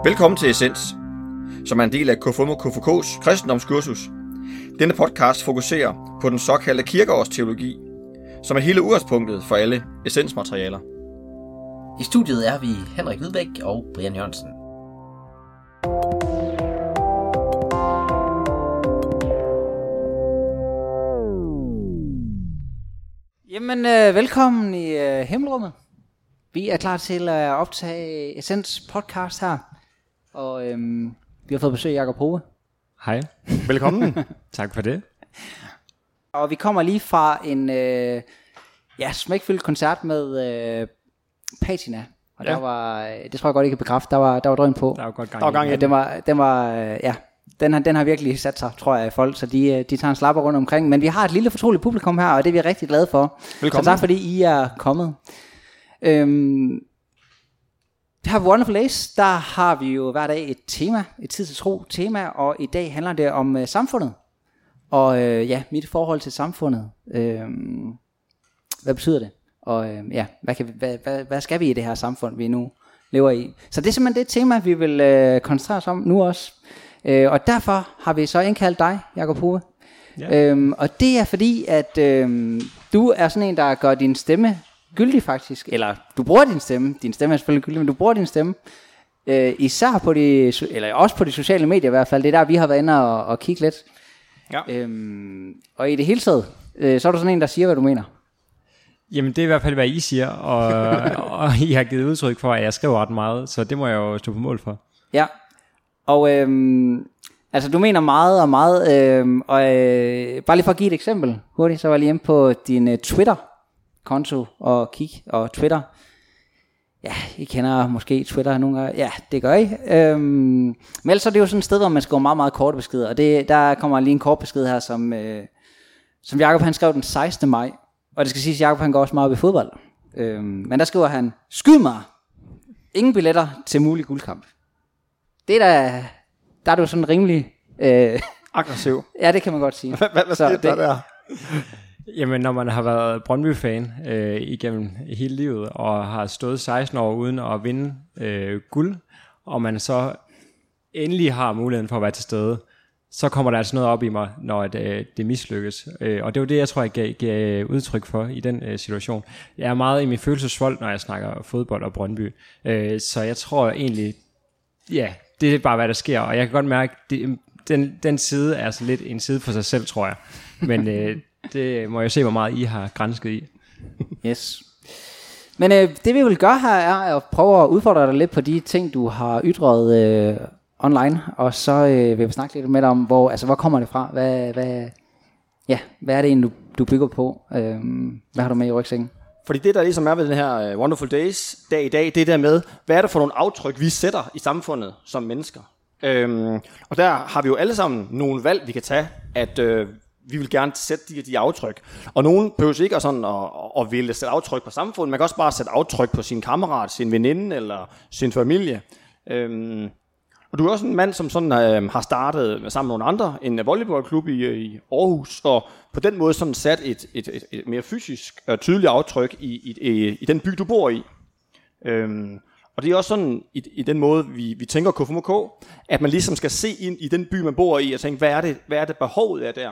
Velkommen til Essens, som er en del af KFUM's kristendomskursus. Denne podcast fokuserer på den såkaldte kirkeårsteologi, som er hele udgangspunktet for alle essensmaterialer. I studiet er vi Henrik Hvidbæk og Brian Jørgensen. Jamen, velkommen i himmelrummet. Vi er klar til at optage Essens podcast her. Og vi har fået besøg af Jakob Hove. Hej. Velkommen. Tak for det. Og vi kommer lige fra en smækfyldt koncert med Patina. Og der var, det tror jeg godt, I kan bekræfte, der var drøn på. Der var godt gang i den. Den har virkelig sat sig, tror jeg, folk, så de tager en slapper rundt omkring. Men vi har et lille fortroligt publikum her, og det er vi rigtig glade for. Velkommen. Så tak fordi I er kommet. Her på Wonderful Days, der har vi jo hver dag et tema, et tid til tro tema, og i dag handler det om samfundet. Og mit forhold til samfundet. Hvad betyder det? Og hvad skal vi i det her samfund, vi nu lever i? Så det er simpelthen det tema, vi vil koncentrere os om nu også. Og derfor har vi så indkaldt dig, Jakob Hove. Ja. Og det er fordi, at du er sådan en, der gør din stemme gyldig faktisk. Eller du bruger din stemme. Din stemme er selvfølgelig gyldig, men du bruger din stemme. Især på eller også på de sociale medier i hvert fald. Det er der, vi har været inde og kigge lidt. Ja. Og i det hele taget, så er du sådan en, der siger, hvad du mener. Jamen det er i hvert fald, hvad I siger, og I har givet udtryk for, at jeg skriver ret meget, så det må jeg jo stå på mål for. Ja, og altså du mener meget og meget, bare lige for at give et eksempel hurtigt, så var jeg lige inde på din Twitter-konto og kig, og Twitter, ja, I kender måske Twitter nogle gange, ja, det gør I, men ellers er det jo sådan et sted, hvor man skriver meget, meget korte beskeder, og der kommer lige en kort besked her, som Jakob han skrev den 16. maj, og det skal siges, at Jakob han går også meget op i fodbold, men der skriver han, skyd mig, ingen billetter til mulig guldkamp. Det der er du sådan rimelig aggressiv. Ja, det kan man godt sige. Hvad siger der? Jamen, når man har været Brøndby-fan igennem hele livet, og har stået 16 år uden at vinde guld, og man så endelig har muligheden for at være til stede, så kommer der altså noget op i mig, når det mislykkes. Og det er jo det, jeg tror, jeg gav udtryk for i den situation. Jeg er meget i min følelsesvold, når jeg snakker fodbold og Brøndby. Så jeg tror egentlig, ja, det er bare, hvad der sker. Og jeg kan godt mærke, den side er så lidt en side for sig selv, tror jeg. Men det må jeg se, hvor meget I har gransket i. Yes. Men det vi vil gøre her, er at prøve at udfordre dig lidt på de ting, du har ytret online. Og så vil vi snakke lidt med dig om, hvor kommer det fra? Hvad er det egentlig, du bygger på? Hvad har du med i rygsækken? Fordi det, der ligesom er ved den her Wonderful Days dag i dag, det der med, hvad er det for nogle aftryk, vi sætter i samfundet som mennesker? Og der har vi jo alle sammen nogle valg, vi kan tage, at vi vil gerne sætte de aftryk. Og nogen behøver ikke at ville sætte aftryk på samfundet, man kan også bare sætte aftryk på sin kammerat, sin veninde eller sin familie. Og du er også en mand, som sådan har startet sammen med nogle andre en volleyballklub i Aarhus, og på den måde sådan sat et mere fysisk og tydeligt aftryk i den by, du bor i. Og det er også sådan i den måde, vi tænker KFUMK, at man ligesom skal se ind i den by, man bor i, og tænke, hvad er det behovet er der?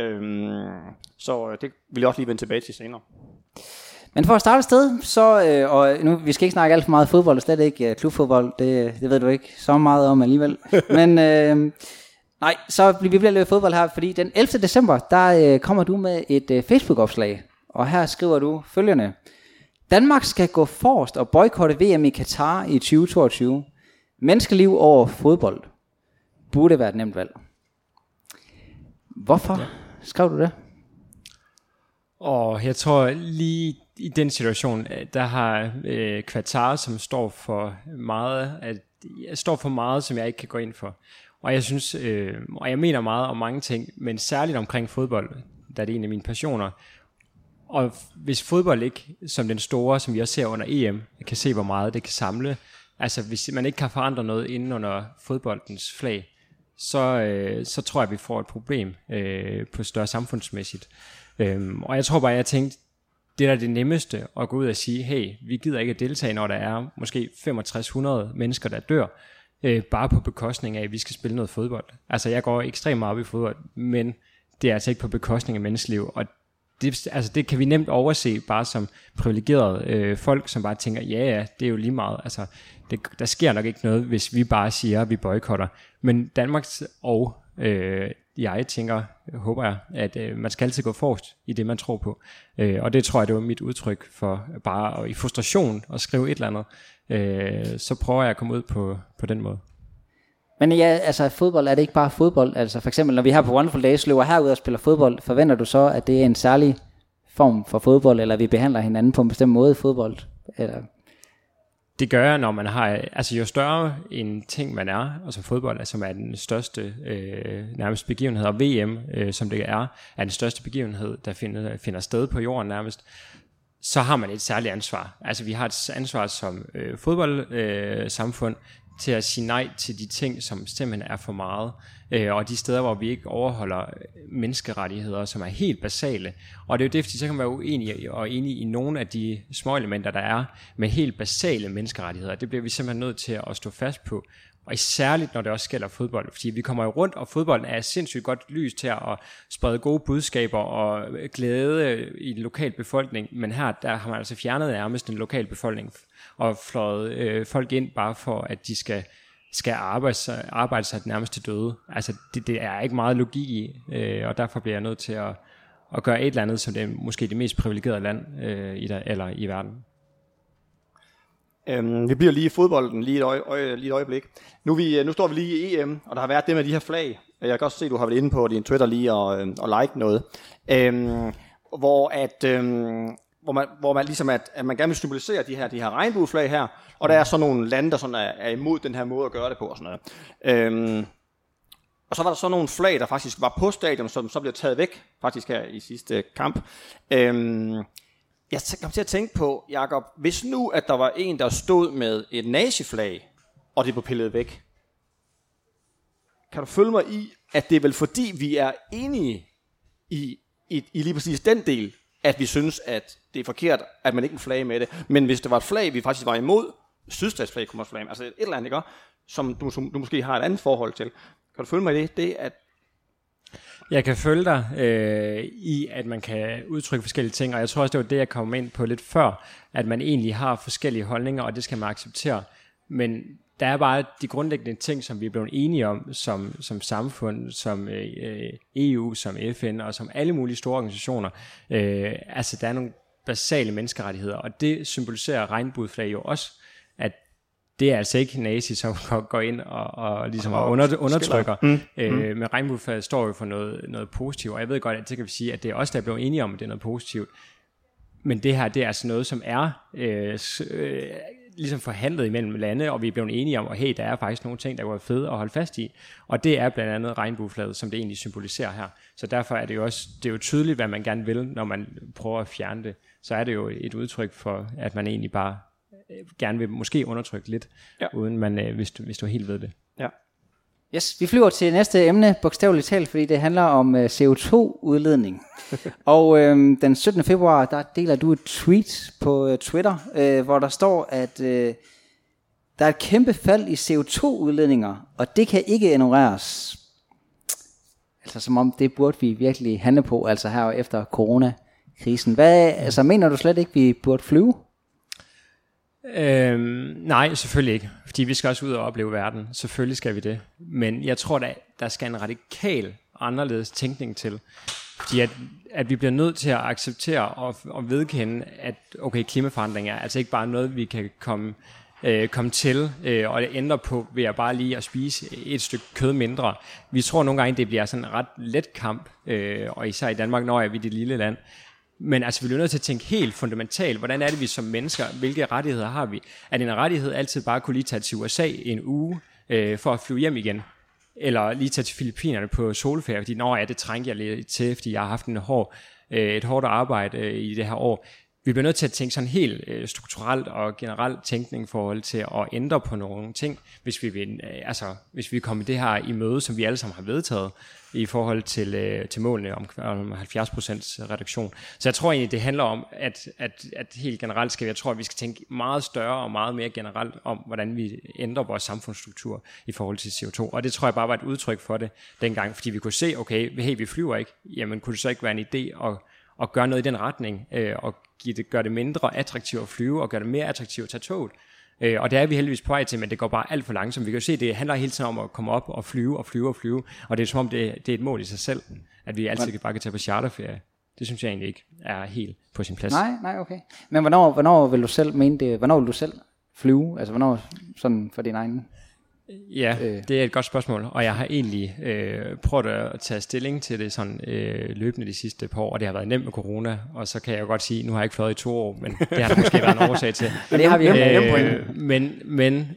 Så det vil jeg også lige vende tilbage til senere. Men for at starte et sted, så, og nu, vi skal ikke snakke alt for meget fodbold, og slet ikke klubfodbold, det ved du ikke så meget om alligevel. Men nej, så vi bliver lidt fodbold her, fordi den 11. december, der kommer du med et Facebook-opslag, og her skriver du følgende. Danmark skal gå forrest og boykotte VM i Katar i 2022. Menneskeliv over fodbold. Burde være et nemt valg. Hvorfor skrev du det? Og jeg tror lige i den situation, der har Qatar, som står for meget, som jeg ikke kan gå ind for. Og jeg synes, og jeg mener meget om mange ting, men særligt omkring fodbold, der er det en af mine passioner. Og hvis fodbold ikke, som den store, som vi også ser under EM, kan se, hvor meget det kan samle, altså hvis man ikke kan forandre noget inden under fodboldens flag, så tror jeg, vi får et problem på større samfundsmæssigt. Og jeg tror bare, jeg tænkte, det er det nemmeste at gå ud og sige, hey, vi gider ikke at deltage, når der er måske 6500 mennesker, der dør. bare på bekostning af, at vi skal spille noget fodbold. Altså, jeg går ekstremt meget op i fodbold, men det er altså ikke på bekostning af menneskeliv, og det kan vi nemt overse bare som privilegerede folk, som bare tænker, ja, det er jo lige meget. Altså, der sker nok ikke noget, hvis vi bare siger, at vi boykotter. Men Danmarks og jeg tænker, håber jeg, at man skal altid gå forrest i det, man tror på. Og det tror jeg, det var mit udtryk for bare i frustration at skrive et eller andet. Så prøver jeg at komme ud på den måde. Men ja, altså fodbold, er det ikke bare fodbold? Altså for eksempel, når vi her på Wonderful Days løber herud og spiller fodbold, forventer du så, at det er en særlig form for fodbold, eller vi behandler hinanden på en bestemt måde i fodbold? Eller? Det gør jeg, når man har, altså jo større en ting man er, altså fodbold, som er den største nærmest begivenhed, og VM, som det er den største begivenhed, der finder sted på jorden nærmest, så har man et særligt ansvar. Altså vi har et ansvar som fodboldsamfund, til at sige nej til de ting, som simpelthen er for meget, og de steder, hvor vi ikke overholder menneskerettigheder, som er helt basale. Og det er jo det, fordi så kan man være uenig og enig i nogle af de små elementer, der er med helt basale menneskerettigheder. Det bliver vi simpelthen nødt til at stå fast på. Og særligt, når det også gælder fodbold, fordi vi kommer jo rundt, og fodbolden er sindssygt godt lys til at sprede gode budskaber og glæde i den lokale befolkning, men her der har man altså fjernet nærmest den lokale befolkning og fløjet folk ind bare for, at de skal arbejde sig nærmest til døde. Altså det er ikke meget logik i, og derfor bliver jeg nødt til at gøre et eller andet, som det er måske det mest privilegerede land i verden. Vi bliver lige i fodbolden lige et øjeblik. Nu står vi lige i EM, og der har været det med de her flag. Jeg kan også se, at du har været inde på din Twitter lige og like noget. Hvor man ligesom at man gerne vil symbolisere de her regnbueflag her, og der er så nogle lande, der sådan er imod den her måde at gøre det på og sådan noget. Og så var der så nogle flag, der faktisk var på stadion, som så blev taget væk faktisk her i sidste kamp. Jeg kom til at tænke på, Jakob, hvis nu, at der var en, der stod med et naziflag, og det blev pillet væk. Kan du følge mig i, at det er vel fordi, vi er enige i lige præcis den del, at vi synes, at det er forkert, at man ikke kan flage med det. Men hvis det var et flag, vi faktisk var imod, sydstatsflag kunne man flage med, altså et eller andet, ikke? Som du måske har et andet forhold til. Kan du følge mig i det, at jeg kan følge dig i, at man kan udtrykke forskellige ting, og jeg tror også, det var det, jeg kom ind på lidt før, at man egentlig har forskellige holdninger, og det skal man acceptere. Men der er bare de grundlæggende ting, som vi er blevet enige om som samfund, som EU, som FN og som alle mulige store organisationer. Altså, der er nogle basale menneskerettigheder, og det symboliserer regnbueflag jo også, at det er altså ikke nazi, som går ind og ligesom undertrykker. Men regnbueflaget står jo for noget positivt, og jeg ved godt, at det kan vi sige, at det er os, der er blevet enige om, at det er noget positivt. Men det her, det er altså noget, som er ligesom forhandlet imellem lande, og vi er blevet enige om, at hey, der er faktisk nogle ting, der var fede at holde fast i. Og det er blandt andet regnbueflaget, som det egentlig symboliserer her. Så derfor er det jo også, det er jo tydeligt, hvad man gerne vil, når man prøver at fjerne det. Så er det jo et udtryk for, at man egentlig bare gerne vil måske undertrykke lidt, uden man, hvis du helt ved det. Ja. Yes, vi flyver til næste emne, bogstaveligt talt, fordi det handler om CO2-udledning. Og den 17. februar, der deler du et tweet på Twitter, hvor der står, at der er et kæmpe fald i CO2-udledninger, og det kan ikke ignoreres. Altså som om det burde vi virkelig handle på, altså her efter coronakrisen. Altså mener du slet ikke, vi burde flyve? Nej, selvfølgelig ikke, fordi vi skal også ud og opleve verden. Selvfølgelig skal vi det. Men jeg tror, der skal en radikal anderledes tænkning til. Fordi at vi bliver nødt til at acceptere og vedkende, at okay, klimaforandring er altså ikke bare noget, vi kan komme til og ændre på ved at bare lige at spise et stykke kød mindre. Vi tror nogle gange, det bliver sådan en ret let kamp, og især i Danmark, når vi er det lille land. Men altså, vi bliver nødt til at tænke helt fundamentalt, hvordan er det vi som mennesker, hvilke rettigheder har vi? Er det en rettighed altid bare at kunne lige tage til USA en uge for at flyve hjem igen? Eller lige tage til Filippinerne på solferie, fordi det trænger jeg lidt til, fordi jeg har haft et hårdt arbejde i det her år. vi bliver nødt til at tænke sådan helt strukturelt og generelt tænkning i forhold til at ændre på nogle ting, hvis vi vil, hvis vi kommer det her i møde, som vi alle sammen har vedtaget i forhold til målene om 70% reduktion. Så jeg tror egentlig, det handler om, at helt generelt jeg tror, at vi skal tænke meget større og meget mere generelt om, hvordan vi ændrer vores samfundsstruktur i forhold til CO2. Og det tror jeg bare var et udtryk for det dengang, fordi vi kunne se, okay, hey, vi flyver ikke, jamen kunne det så ikke være en idé at gøre noget i den retning, og gøre det mindre attraktivt at flyve, og gøre det mere attraktivt at tage toget. Og det er vi heldigvis på vej til, men det går bare alt for langsomt. Vi kan jo se, at det handler hele tiden om at komme op og flyve, og det er som om, det er et mål i sig selv, at vi altid bare kan tage på charterferie. Det synes jeg egentlig ikke er helt på sin plads. Nej, okay. Men hvornår vil du selv mene det? Hvornår vil du selv flyve? Altså hvornår sådan for din egen... Ja, det er et godt spørgsmål, og jeg har egentlig prøvet at tage stilling til det sådan løbende de sidste par år, og det har været nemt med corona, og så kan jeg jo godt sige, nu har jeg ikke fløjet i 2 år, men det har der måske været en årsag til. Men det har vi men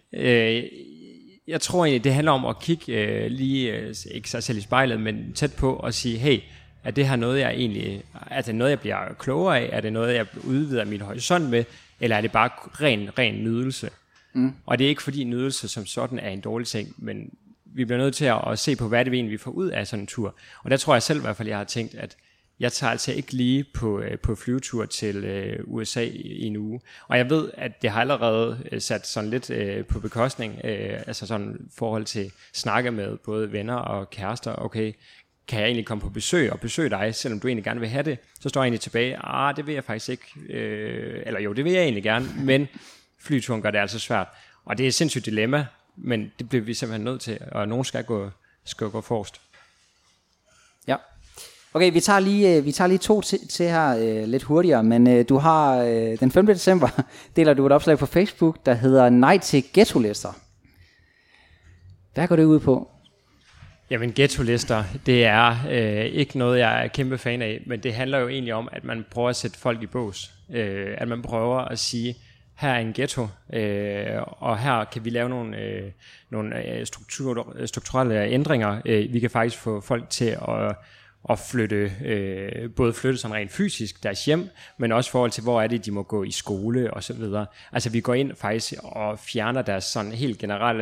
jeg tror egentlig, det handler om at kigge ikke sig selv i spejlet, men tæt på og sige, hey, er det her noget, er det noget, jeg bliver klogere af? Er det noget, jeg udvider mit horisont med? Eller er det bare ren nydelse? Og det er ikke fordi nydelse som sådan er en dårlig ting, men vi bliver nødt til at se på, hvad det egentlig vi får ud af sådan en tur. Og der tror jeg selv i hvert fald, jeg har tænkt, at jeg tager altså ikke lige på flyvetur til USA i en uge. Og jeg ved, at det har allerede sat sådan lidt på bekostning, altså sådan forhold til snakke med både venner og kærester. Okay, kan jeg egentlig komme på besøg og besøge dig, selvom du egentlig gerne vil have det? Så står jeg egentlig tilbage, det vil jeg faktisk ikke. Eller jo, det vil jeg egentlig gerne, men flyturen gør det altså svært. Og det er et sindssygt dilemma, men det bliver vi simpelthen nødt til, og nogen skal gå forrest. Ja. Okay, vi tager lige 2 til her lidt hurtigere, men du har den 5. december, deler du et opslag på Facebook, der hedder Nej til ghettolister. Hvad går det ud på? Jamen ghettolister, det er ikke noget, jeg er kæmpe fan af, men det handler jo egentlig om, at man prøver at sætte folk i bås. At man prøver at sige, her er en ghetto, og her kan vi lave nogle strukturelle ændringer. Vi kan faktisk få folk til at flytte, både flytte sådan rent fysisk deres hjem, men også i forhold til, hvor er det, de må gå i skole og så videre. Altså vi går ind faktisk og fjerner deres sådan helt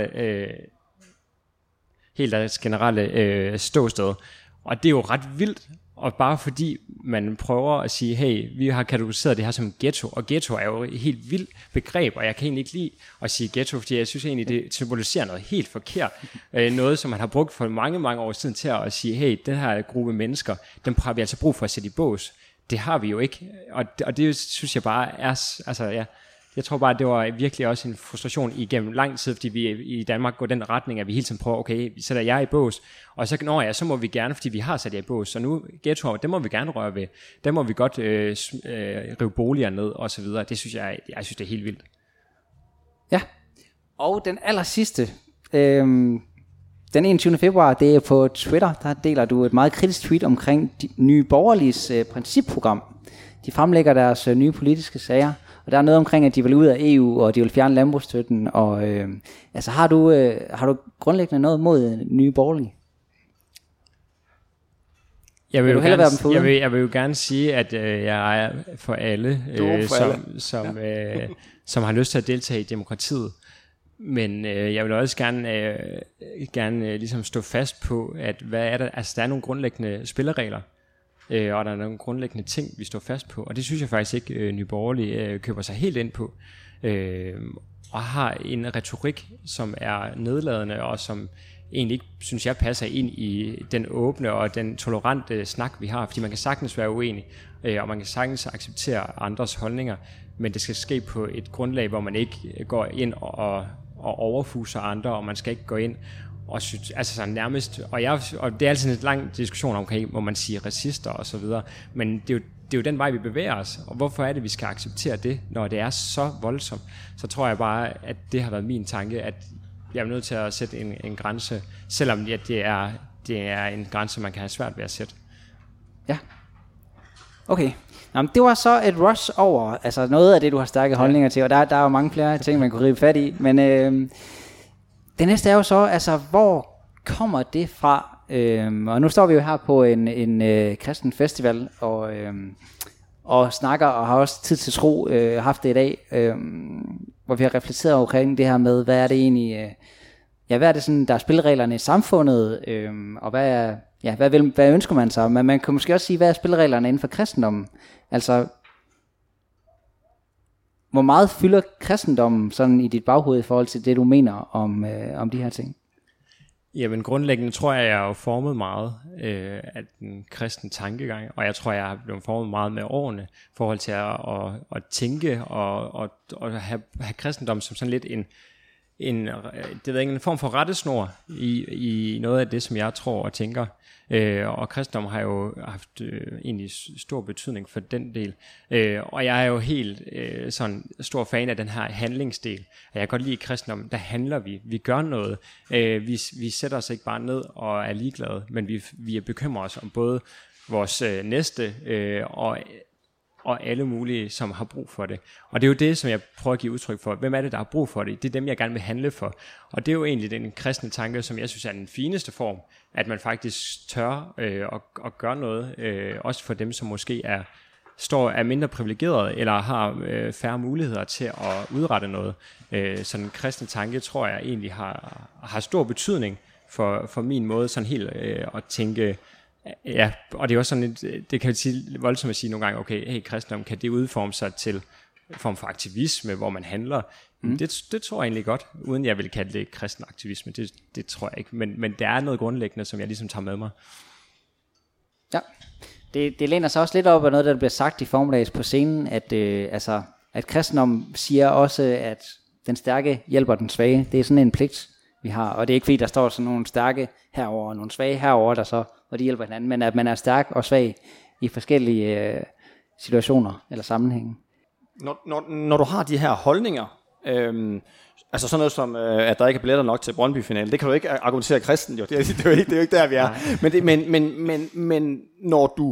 generelle ståsted. Og det er jo ret vildt, og bare fordi man prøver at sige, hey, vi har kategoriseret det her som ghetto, og ghetto er jo et helt vildt begreb, og jeg kan egentlig ikke lide at sige ghetto, fordi jeg synes egentlig, det symboliserer noget helt forkert. Noget, som man har brugt for mange, mange år siden til at sige, hey, den her gruppe mennesker, dem har vi altså brug for at sætte i bås. Det har vi jo ikke, og det synes jeg bare er, altså ja, jeg tror bare, at det var virkelig også en frustration igennem lang tid, fordi vi i Danmark går den retning, at vi hele tiden prøver, okay, vi sætter jer i bås, og så, så må vi gerne, fordi vi har sat jer i bås, så nu ghettoer, det må vi gerne røre ved, der må vi godt rive boliger ned, og så videre. Det synes jeg synes, det er helt vildt. Ja, og den aller sidste, den 21. februar, det er på Twitter, der deler du et meget kritisk tweet omkring Nye Borgerliges principprogram. De fremlægger deres nye politiske sager, og der er noget omkring, at de vil ud af EU, og de vil fjerne landbrugsstøtten, og altså har du grundlæggende noget mod Nye Borgerlige? Jeg vil jo gerne sige, at jeg er for alle, som har lyst til at deltage i demokratiet. Men jeg vil også gerne ligesom stå fast på, at hvad er der? Altså, der er nogle grundlæggende spilleregler, og der er nogle grundlæggende ting, vi står fast på. Og det synes jeg faktisk ikke, Nye Borgerlige køber sig helt ind på. Og har en retorik, som er nedladende, og som egentlig ikke, synes jeg, passer ind i den åbne og den tolerante snak, vi har. Fordi man kan sagtens være uenig, og man kan sagtens acceptere andres holdninger, men det skal ske på et grundlag, hvor man ikke går ind og overfuser andre, og man skal ikke gå ind og synes, altså sådan nærmest, og det er altid en lang diskussion omkring, hvor man siger racister og så videre, men det er jo den vej, vi bevæger os, og hvorfor er det, vi skal acceptere det, når det er så voldsomt? Så tror jeg bare, at det har været min tanke, at jeg er nødt til at sætte en grænse, selvom det er en grænse, man kan have svært ved at sætte. Ja. Okay. Jamen, det var så et rush over, altså noget af det, du har stærke holdninger til, og der er jo mange flere ting, man kunne gribe fat i, men det næste er jo så, altså hvor kommer det og nu står vi jo her på en kristen festival, og snakker, og har også tid til tro haft det i dag, hvor vi har reflekteret omkring det her med, hvad er det egentlig, hvad er det sådan, der er spillereglerne i samfundet, og hvad ønsker man sig? Men man kan måske også sige, hvad er spillereglerne inden for kristendommen? Altså, hvor meget fylder kristendommen sådan i dit baghoved i forhold til det, du mener om de her ting? Jamen grundlæggende tror jeg har formet meget af den kristne tankegang, og jeg tror, jeg har blevet formet meget med årene i forhold til at tænke og have kristendom som sådan lidt en form for rettesnor i noget af det, som jeg tror og tænker. Og kristendom har jo haft egentlig stor betydning for den del. Og jeg er jo helt sådan stor fan af den her handlingsdel. Jeg kan godt lide kristendom, der handler vi. Vi gør noget. Vi sætter os ikke bare ned og er ligeglade, men vi bekymrer os om både vores næste og alle mulige, som har brug for det. Og det er jo det, som jeg prøver at give udtryk for. Hvem er det, der har brug for det? Det er dem, jeg gerne vil handle for. Og det er jo egentlig den kristne tanke, som jeg synes er den fineste form, at man faktisk tør at gøre noget, også for dem, som måske er mindre privilegerede, eller har færre muligheder til at udrette noget. Så den kristne tanke, tror jeg egentlig har stor betydning for min måde sådan helt at tænke. Ja, og det er også sådan, det kan jo sige voldsomt at sige nogle gange, okay, hey, kristendom, kan det udforme sig til en form for aktivisme, hvor man handler? Det tror jeg egentlig godt, uden jeg vil kalde det kristen aktivisme, det tror jeg ikke, men der er noget grundlæggende, som jeg ligesom tager med mig. Ja, det læner sig også lidt op af noget, der bliver sagt i formiddags på scenen, at kristendom siger også, at den stærke hjælper den svage. Det er sådan en pligt, vi har, og det er ikke fordi, der står sådan nogle stærke herover og nogle svage herover, hvor de hjælper hinanden, men at man er stærk og svag i forskellige situationer eller sammenhænge. Når du har de her holdninger, altså sådan noget som, at der ikke er billetter nok til Brøndby-finalen, det kan du ikke argumentere kristen, jo. Det er jo ikke der, vi er. Men når du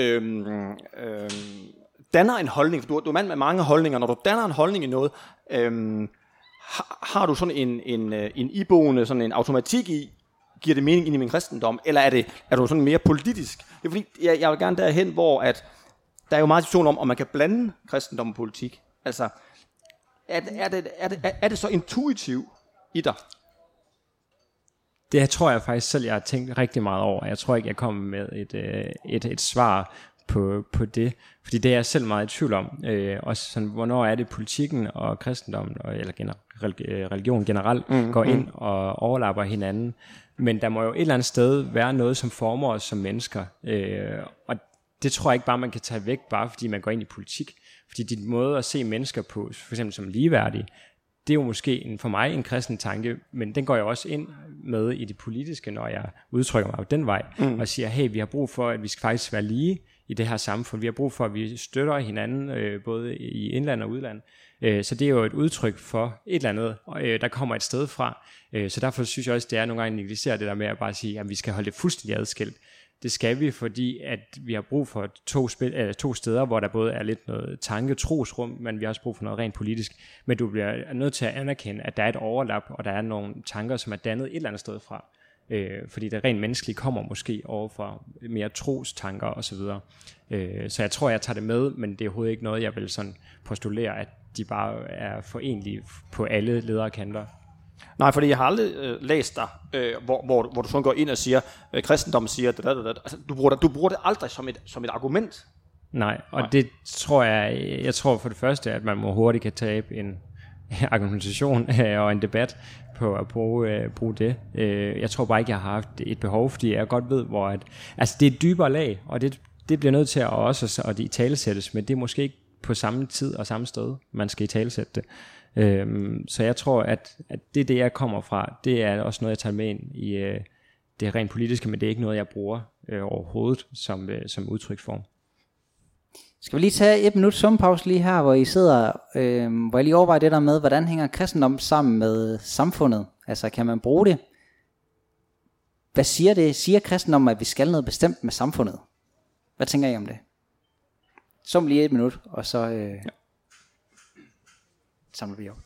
danner en holdning, for du er mand med mange holdninger, når du danner en holdning i noget, har du sådan en iboende, sådan en automatik i, giver det mening ind i min kristendom, eller er du sådan mere politisk? Det er fordi, jeg vil gerne derhen, hvor at der er jo meget diskussion om man kan blande kristendom og politik. Altså, er det så intuitivt i dig? Det tror jeg faktisk selv, jeg har tænkt rigtig meget over. Jeg tror ikke, jeg kommer med et svar på det, fordi det er jeg selv meget i tvivl om. Også sådan, hvornår er det politikken og kristendommen, eller religion generelt, går ind og overlapper hinanden. Men der må jo et eller andet sted være noget, som former os som mennesker. Og det tror jeg ikke bare, man kan tage væk, bare fordi man går ind i politik. Fordi din måde at se mennesker på, for eksempel som ligeværdige, det er jo måske for mig en kristen tanke, men den går jeg også ind med i det politiske, når jeg udtrykker mig på den vej, og siger, hey, vi har brug for, at vi skal faktisk være lige i det her samfund. Vi har brug for, at vi støtter hinanden, både i indland og udland. Så det er jo et udtryk for et eller andet, der kommer et sted fra. Så derfor synes jeg også, det er nogle gange negligerer det der med at bare sige, at vi skal holde det fuldstændig adskilt. Det skal vi, fordi at vi har brug for to steder, hvor der både er lidt noget trosrum, men vi har også brug for noget rent politisk. Men du bliver nødt til at anerkende, at der er et overlap, og der er nogle tanker, som er dannet et eller andet sted fra. Fordi det rent menneskelige kommer måske over fra mere trostanker osv. Så jeg tror, jeg tager det med, men det er overhovedet ikke noget, jeg vil sådan postulere, at de bare er forenlige på alle lederkanter. Nej, fordi jeg har aldrig læst dig, hvor du sådan går ind og siger, kristendommen siger, altså, du bruger det aldrig som et argument. Nej, og det tror jeg tror for det første, at man hurtigt kan tabe en argumentation og en debat på at bruge det. Jeg tror bare ikke, jeg har haft et behov, fordi jeg godt ved, hvor altså det er et dybere lag, og det bliver nødt til at også at italesættes, men det er måske ikke på samme tid og samme sted, man skal italesætte det. Så jeg tror, at det jeg kommer fra, det er også noget, jeg tager med ind i det rent politiske, men det er ikke noget, jeg bruger overhovedet som udtryksform. Skal vi lige tage et minut sumpause lige her, hvor I sidder, hvor I lige overvejer det der med, hvordan hænger kristendom sammen med samfundet? Altså, kan man bruge det? Hvad siger det? Siger kristendom, at vi skal noget bestemt med samfundet? Hvad tænker I om det? Sum lige et minut, og så samler vi op.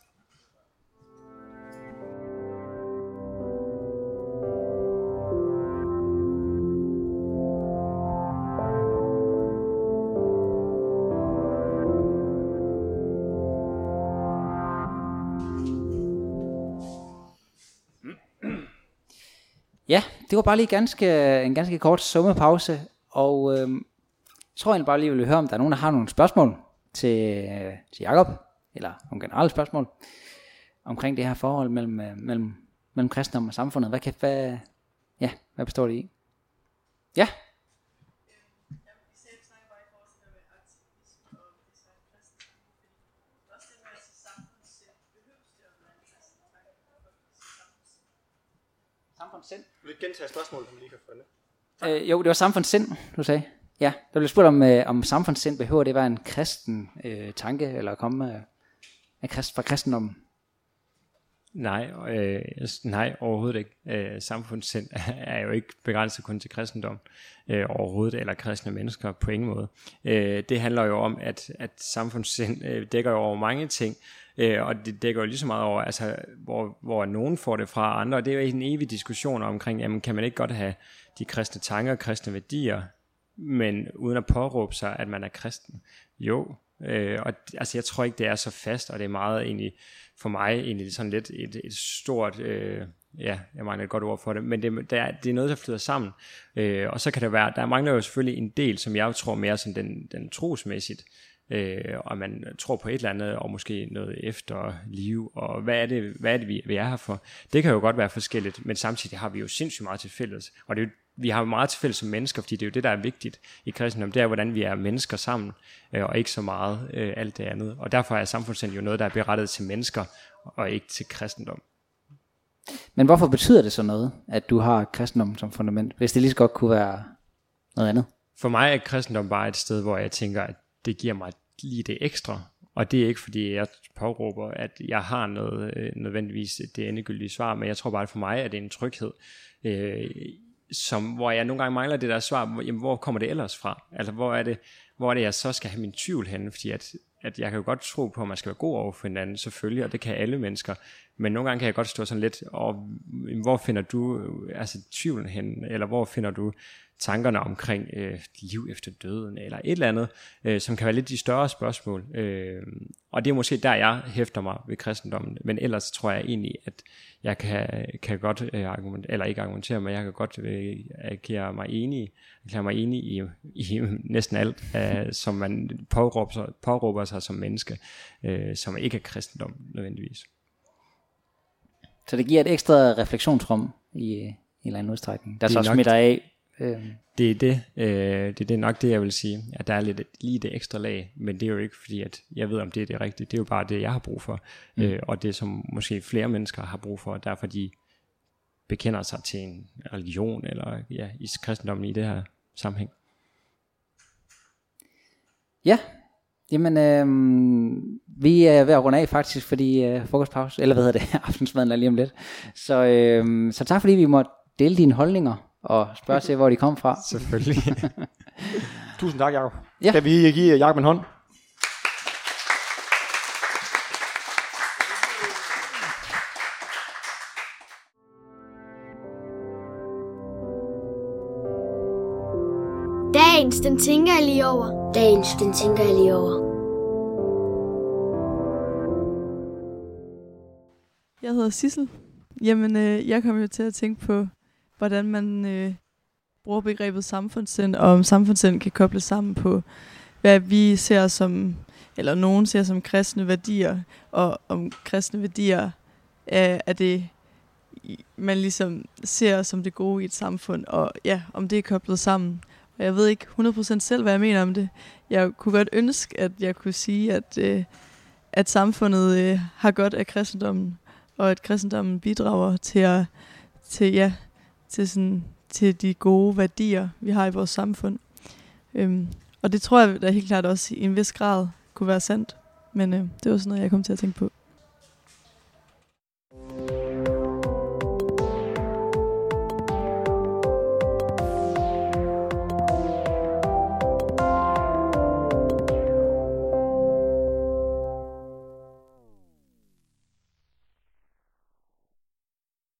Ja, det var bare lige en ganske kort sommerpause, og jeg tror egentlig bare lige, vil høre, om der er nogen, der har nogle spørgsmål til Jakob, eller nogle generelle spørgsmål, omkring det her forhold mellem kristendom og samfundet. Hvad består det i? Ja. Samfundssind. Vil du gentage spørgsmålet, som lige kan få det? Jo, det var samfundssind, du sagde. Ja, der blev spurgt om samfundssind behøver det være en kristen tanke, eller komme fra kristendommen? Nej, overhovedet ikke. Samfundssind er jo ikke begrænset kun til kristendom overhovedet, eller kristne mennesker på ingen måde. Det handler jo om, at samfundssind dækker jo over mange ting, og det dækker jo lige så meget over, altså, hvor nogen får det fra andre, og det er jo en evig diskussion omkring, jamen, kan man ikke godt have de kristne tanker og kristne værdier, men uden at påråbe sig, at man er kristen? Jo, og altså, jeg tror ikke, det er så fast, og det er meget egentlig, for mig egentlig sådan lidt et stort, jeg mangler et godt ord for det, men det er noget, der flyder sammen, og så kan det være, der mangler jo selvfølgelig en del, som jeg tror mere som den trosmæssigt, og man tror på et eller andet, og måske noget efter liv, og hvad er det vi er her for? Det kan jo godt være forskelligt, men samtidig har vi jo sindssygt meget til fælles, og det er jo, vi har jo meget til fælles som mennesker, fordi det er jo det, der er vigtigt i kristendom, det er, hvordan vi er mennesker sammen, og ikke så meget alt det andet, og derfor er samfundssind jo noget, der er berettet til mennesker, og ikke til kristendom. Men hvorfor betyder det så noget, at du har kristendom som fundament, hvis det lige så godt kunne være noget andet? For mig er kristendom bare et sted, hvor jeg tænker, at det giver mig lige det ekstra, og det er ikke fordi jeg påråber, at jeg har noget nødvendigvis det endegyldige svar, men jeg tror bare, at for mig er det en tryghed, hvor jeg nogle gange mangler det der svar, jamen, hvor kommer det ellers fra? Altså hvor er det jeg så skal have min tvivl henne, fordi at jeg kan jo godt tro på, at man skal være god over for hinanden, selvfølgelig, og det kan alle mennesker, men nogle gange kan jeg godt stå sådan lidt, og hvor finder du altså tvivlen henne, eller hvor finder du tankerne omkring liv efter døden, eller et eller andet, som kan være lidt de større spørgsmål, og det er måske der, jeg hæfter mig ved kristendommen, men ellers tror jeg egentlig, at jeg kan godt ikke argumentere, men jeg kan godt erklære mig enig i næsten alt, som man påråber sig som menneske, som ikke er kristendom nødvendigvis. Så det giver et ekstra refleksionsrum i en eller anden udstrækning, der så smitter af. Det er nok det, jeg vil sige, at der er lige det ekstra lag, men det er jo ikke fordi, at jeg ved, om det er det rigtige. Det er jo bare det, jeg har brug for, og det, som måske flere mennesker har brug for, derfor de bekender sig til en religion, eller i kristendommen i det her sammenhæng. Ja, jamen vi er ved at runde af faktisk, fordi frokostpause, eller hvad hedder det, aftensmaden er lige om lidt. Så tak fordi vi måtte dele dine holdninger og spørge til, hvor de kom fra. Selvfølgelig. Tusind tak, Jakob. Ja. Skal vi give Jakob en hånd? Dagens, den tænker jeg lige over. Dagens, den tænker jeg lige over. Jeg hedder Sissel. Jamen, jeg kom jo til at tænke på, hvordan man bruger begrebet samfundssind, og om samfundssind kan kobles sammen på, hvad vi ser som, eller nogen ser som kristne værdier, og om kristne værdier er det, man ligesom ser som det gode i et samfund, og ja, om det er koblet sammen. Og jeg ved ikke 100% selv, hvad jeg mener om det. Jeg kunne godt ønske, at jeg kunne sige, at samfundet har godt af kristendommen, og at kristendommen bidrager til de gode værdier, vi har i vores samfund. Og det tror jeg da helt klart også i en vis grad kunne være sandt. Men det var sådan noget, jeg kom til at tænke på.